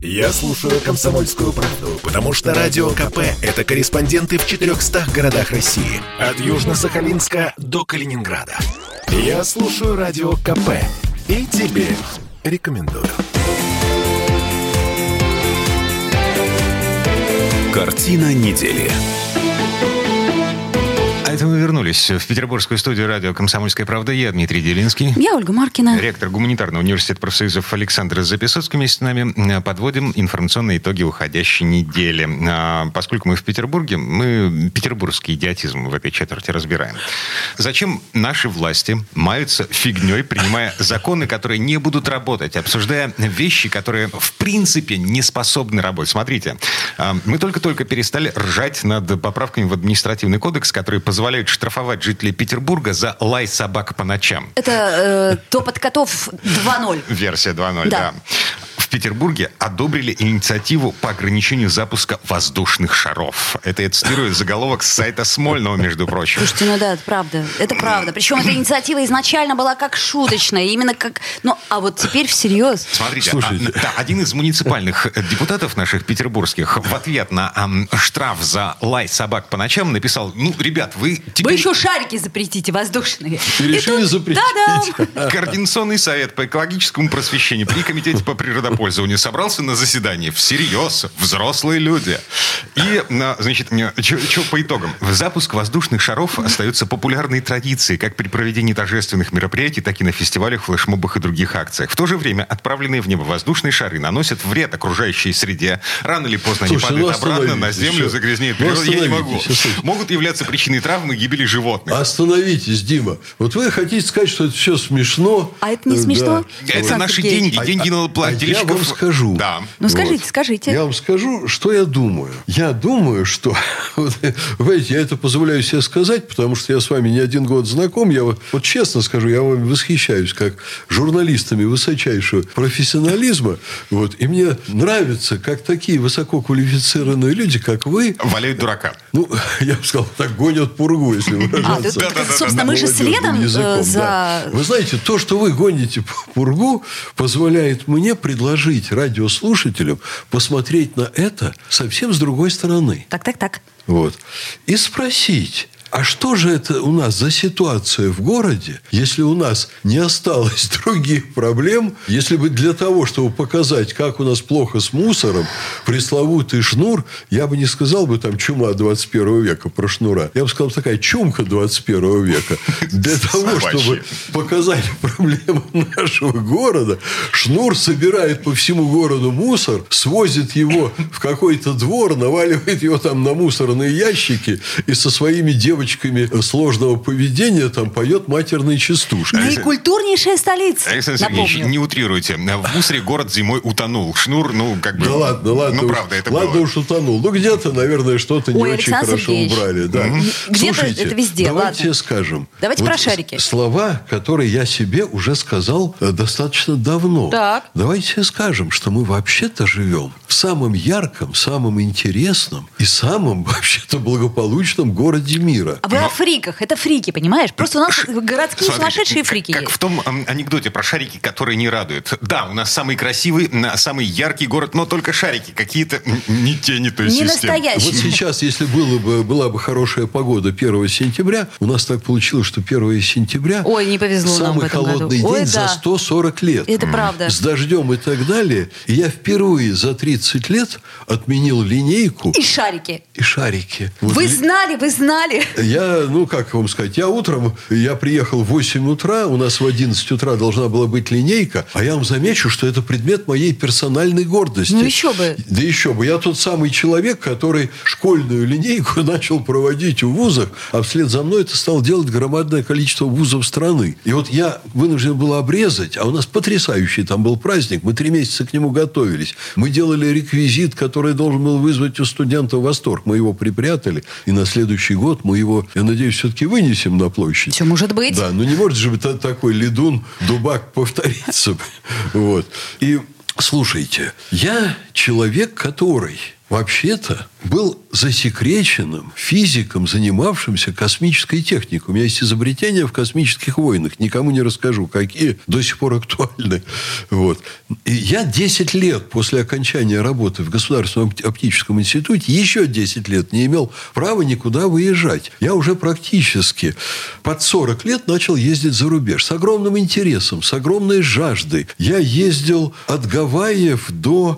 Я слушаю «Комсомольскую правду», потому что Радио КП – это корреспонденты в 400 городах России. От Южно-Сахалинска до Калининграда. Я слушаю Радио КП и тебе рекомендую. Картина недели. Это мы вернулись в петербургскую студию радио «Комсомольская правда». Я Дмитрий Делинский. Я Ольга Маркина. Ректор Гуманитарного университета профсоюзов Александр Записоцкий вместе с нами. Подводим информационные итоги уходящей недели. Поскольку мы в Петербурге, мы петербургский идиотизм в этой четверти разбираем. Зачем наши власти маются фигней, принимая законы, которые не будут работать, обсуждая вещи, которые в принципе не способны работать? Смотрите, мы только-только перестали ржать над поправками в административный кодекс, которые позволяют штрафовать жителей Петербурга за лай собак по ночам. Это топот котов 2.0. Версия 2.0, да. В Петербурге одобрили инициативу по ограничению запуска воздушных шаров. Это я цитирую заголовок с сайта Смольного, между прочим. Слушайте, ну да, это правда. Это правда. Причем эта инициатива изначально была как шуточная. Именно как... Ну, а вот теперь всерьез. Смотрите, один из муниципальных депутатов наших петербургских в ответ на штраф за лай собак по ночам написал: ну, ребят, вы теперь... Вы еще шарики запретите воздушные. И решили запретить. Да-да. Координационный совет по экологическому просвещению при Комитете по природопользованию собрался на заседании. Всерьез. Взрослые люди. И, значит, что по итогам? Запуск воздушных шаров остается популярной традицией как при проведении торжественных мероприятий, так и на фестивалях, флешмобах и других акциях. В то же время отправленные в небо воздушные шары наносят вред окружающей среде. Рано или поздно они падают обратно на землю, загрязняют природу. Я не могу. Могут являться причиной травмы и гибели животных. Остановитесь, Дима. Вот вы хотите сказать, что это все смешно? А это не смешно? Да. Это наши деньги. Деньги налогоплательщиков. Я вам скажу. Да. Ну, скажите. Я вам скажу, что я думаю. Я думаю, что... Знаете, я это позволяю себе сказать, потому что я с вами не один год знаком. Я вот честно скажу, я вам восхищаюсь как журналистами высочайшего профессионализма. Вот. И мне нравится, как такие высококвалифицированные люди, как вы... Валяют дурака. Ну, я бы сказал, так гонят пургу, если выражаться. Собственно, мы же следом за... Вы знаете, то, что вы гоните пургу, позволяет мне предложить радиослушателям посмотреть на это совсем с другой стороны. Так. Вот. И спросить... А что же это у нас за ситуация в городе, если у нас не осталось других проблем, если бы для того, чтобы показать, как у нас плохо с мусором, пресловутый шнур, я бы не сказал бы там чума 21 века про шнура, я бы сказал такая чумка 21 века. Для того, чтобы показать проблемы нашего города, шнур собирает по всему городу мусор, свозит его в какой-то двор, наваливает его там на мусорные ящики и со своими девочками сложного поведения там поет матерные частушки. Наикультурнейшая столица. Александр Сергеевич, не утрируйте. В мусоре город зимой утонул. Шнур, ну, как бы... Да ладно. Ну, правда, это ладно было. Уж утонул. Ну, где-то, наверное, что-то не очень хорошо убрали. Да. Где-то Слушайте, это везде, давайте ладно. скажем. Давайте про шарики. Слова, которые я себе уже сказал достаточно давно. Так. Давайте скажем, что мы вообще-то живем в самом ярком, самом интересном и самом, вообще-то, благополучном городе мира. А вы о фриках. Это фрики, понимаешь? Просто у нас городские сумасшедшие фрики как есть. в том анекдоте про шарики, которые не радуют. Да, у нас самый красивый, самый яркий город, но только шарики какие-то не те, не той системы. Не настоящие. Вот сейчас, если была бы хорошая погода 1 сентября, у нас так получилось, что 1 сентября Ой, не повезло нам в самый этом холодный году. день за 140 лет. Это правда. С дождем и так далее. И я впервые за 30 лет отменил линейку. И шарики. Вот Вы знали. Я, как вам сказать, я приехал в 8 утра, у нас в 11 утра должна была быть линейка, а я вам замечу, что это предмет моей персональной гордости. Ну, еще бы. Да еще бы. Я тот самый человек, который школьную линейку начал проводить в вузах, а вслед за мной это стал делать громадное количество вузов страны. И вот я вынужден был обрезать, а у нас потрясающий там был праздник, мы 3 месяца к нему готовились. Мы делали реквизит, который должен был вызвать у студентов восторг. Мы его припрятали, и на следующий год мы его, я надеюсь, все-таки вынесем на площадь. Все может быть. Да, но не может же такой ледун, дубак повториться. Вот. И слушайте, я человек, который вообще-то был засекреченным физиком, занимавшимся космической техникой. У меня есть изобретения в космических войнах. Никому не расскажу, какие до сих пор актуальны. Вот. И я 10 лет после окончания работы в Государственном оптическом институте, еще 10 лет не имел права никуда выезжать. Я уже практически под 40 лет начал ездить за рубеж. С огромным интересом, с огромной жаждой. Я ездил от Гавайев до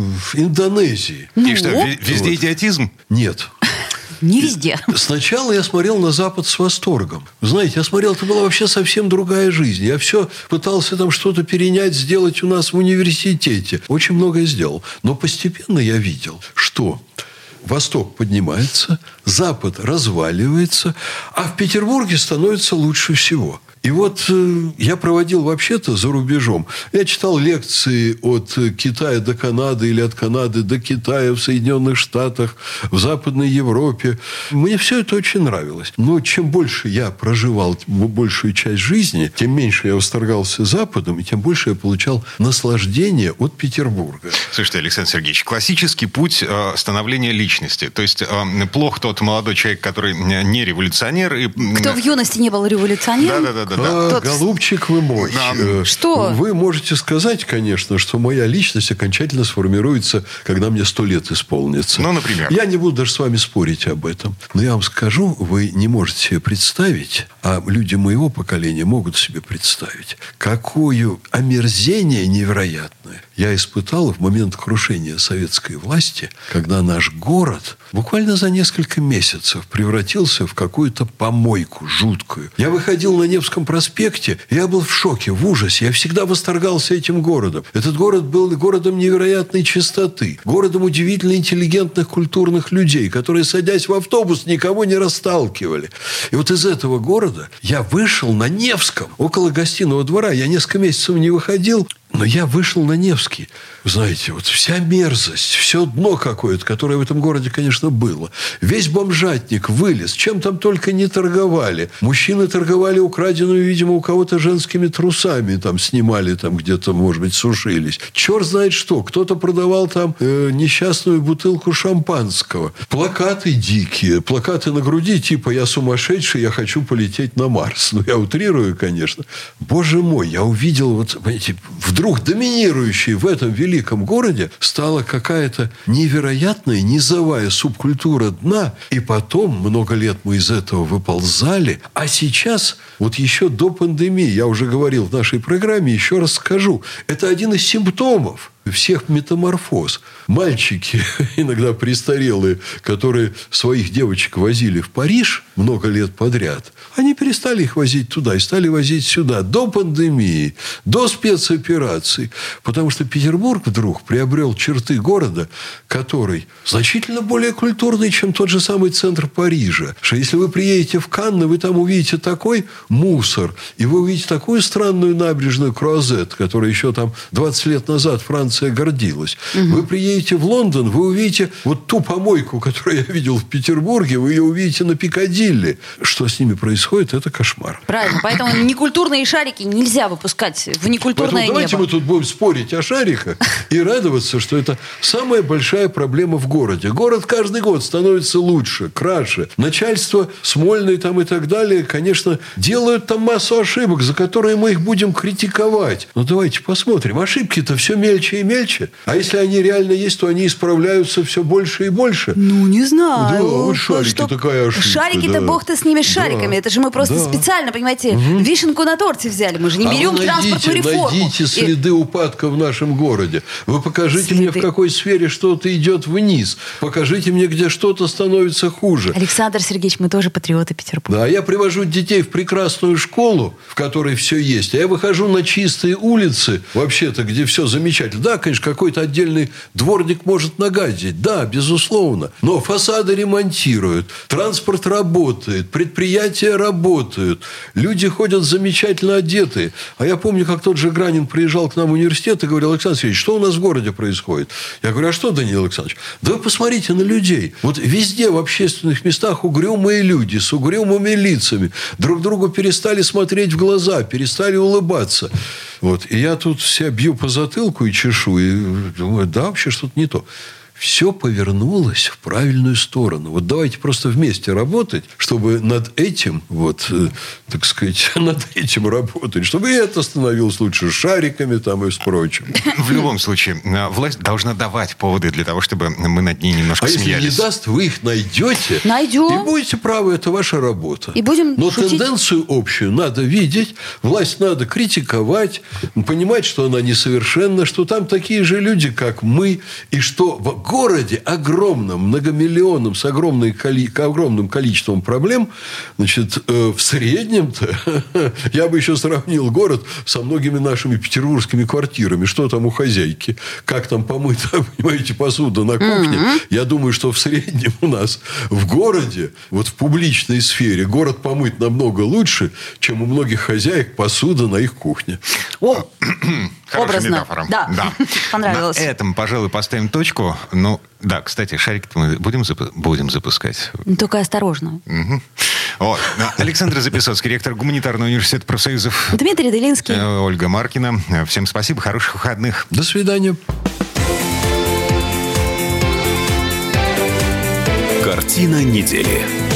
Индонезии. И что, везде идиотизм? Нет. Не везде. Сначала я смотрел на Запад с восторгом. Знаете, я смотрел, это была вообще совсем другая жизнь. Я все пытался там что-то перенять, сделать у нас в университете. Очень многое сделал. Но постепенно я видел, что Восток поднимается, Запад разваливается, а в Петербурге становится лучше всего. И вот я проводил вообще-то за рубежом. Я читал лекции от Китая до Канады или от Канады до Китая в Соединенных Штатах, в Западной Европе. Мне все это очень нравилось. Но чем больше я проживал большую часть жизни, тем меньше я восторгался Западом, и тем больше я получал наслаждение от Петербурга. Слушайте, Александр Сергеевич, классический путь становления личности. То есть плох тот молодой человек, который не революционер. И... Кто в юности не был революционером? Да. Голубчик вы мой. Что? Вы можете сказать, конечно, что моя личность окончательно сформируется, когда мне 100 лет исполнится. Ну, например. Я не буду даже с вами спорить об этом. Но я вам скажу, вы не можете себе представить, а люди моего поколения могут себе представить, какое омерзение невероятное я испытал в момент крушения советской власти, когда наш город буквально за несколько месяцев превратился в какую-то помойку жуткую. Я выходил на Невском проспекте, я был в шоке, в ужасе. Я всегда восторгался этим городом. Этот город был городом невероятной чистоты, городом удивительно интеллигентных, культурных людей, которые, садясь в автобус, никого не расталкивали. И вот из этого города я вышел на Невском, около Гостиного двора. Я несколько месяцев не выходил, но я вышел на Невский. Знаете, вот вся мерзость, все дно какое-то, которое в этом городе, конечно, было. Весь бомжатник вылез, чем там только не торговали. Мужчины торговали украденную, видимо, у кого-то женскими трусами. Там снимали, там где-то, может быть, сушились. Черт знает что. Кто-то продавал там несчастную бутылку шампанского. Плакаты дикие. Плакаты на груди, типа «Я сумасшедший, я хочу полететь на Марс». Ну, я утрирую, конечно. Боже мой, я увидел, вот, понимаете, вдруг доминирующей в этом великом городе стала какая-то невероятная низовая субкультура дна. И потом, много лет мы из этого выползали. А сейчас, вот еще до пандемии, я уже говорил в нашей программе, еще раз скажу, это один из симптомов всех метаморфоз. Мальчики, иногда престарелые, которые своих девочек возили в Париж много лет подряд, они перестали их возить туда и стали возить сюда до пандемии, до спецопераций. Потому что Петербург вдруг приобрел черты города, который значительно более культурный, чем тот же самый центр Парижа. Что если вы приедете в Канны, вы там увидите такой мусор, и вы увидите такую странную набережную Круазет, которая еще там 20 лет назад Франция гордилась. Вы приедете в Лондон, вы увидите вот ту помойку, которую я видел в Петербурге, вы ее увидите на Пикадилли. Что с ними происходит, это кошмар. Правильно, поэтому некультурные шарики нельзя выпускать в некультурное небо. Давайте мы тут будем спорить о шариках и радоваться, что это самая большая проблема в городе. Город каждый год становится лучше, краше. Начальство Смольное там и так далее, конечно, делают там массу ошибок, за которые мы их будем критиковать. Но давайте посмотрим. Ошибки-то все мельче и мельче. А если они реально есть, то они исправляются все больше и больше. Ну, не знаю. Да, вот шарики такая ошибка. Шарики-то бог ты с ними шариками. Да. Это же мы просто специально, понимаете, вишенку на торте взяли. Мы же не берем транспортную реформу. Найдите следы упадка в нашем городе. Вы покажите мне, в какой сфере что-то идет вниз. Покажите мне, где что-то становится хуже. Александр Сергеевич, мы тоже патриоты Петербурга. Да, я привожу детей в прекрасную школу, в которой все есть. А я выхожу на чистые улицы, вообще-то, где все замечательно. Да, конечно, какой-то отдельный дворник может нагадить. Да, безусловно. Но фасады ремонтируют, транспорт работает, предприятия работают, люди ходят замечательно одетые. А я помню, как тот же Гранин приезжал к нам в университет и говорил: Александр Сергеевич, что у нас в городе происходит? Я говорю: а что, Даниил Александрович? Да вы посмотрите на людей. Вот везде в общественных местах угрюмые люди с угрюмыми лицами. Друг другу перестали смотреть в глаза, перестали улыбаться. Вот. И я тут себя бью по затылку и чешу, и думаю, да, вообще что-то не то. все повернулось в правильную сторону. Вот давайте просто вместе работать, чтобы над этим, так сказать, над этим работать, чтобы и это становилось лучше с шариками там и с прочим. В любом случае, власть должна давать поводы для того, чтобы мы над ней немножко смеялись. Если не даст, вы их найдете. Найдем. И будете правы, это ваша работа. И будем Но шутить. тенденцию общую надо видеть, власть надо критиковать, понимать, что она несовершенна, что там такие же люди, как мы, и что в городе огромном, многомиллионном, с огромным количеством проблем, значит, в среднем-то, я бы еще сравнил город со многими нашими петербургскими квартирами. Что там у хозяйки? Как там помыта, понимаете, посуда на кухне? Я думаю, что в среднем у нас в городе, в публичной сфере, город помыть намного лучше, чем у многих хозяек посуда на их кухне. Хорошая Образно. метафора. Да. Понравилось. На этом, пожалуй, поставим точку. Ну, да, кстати, шарик-то мы будем запускать. Только осторожно. Вот. Александр Записоцкий, ректор Гуманитарного университета профсоюзов. Дмитрий Делинский. Ольга Маркина. Всем спасибо, хороших выходных. До свидания. Картина недели.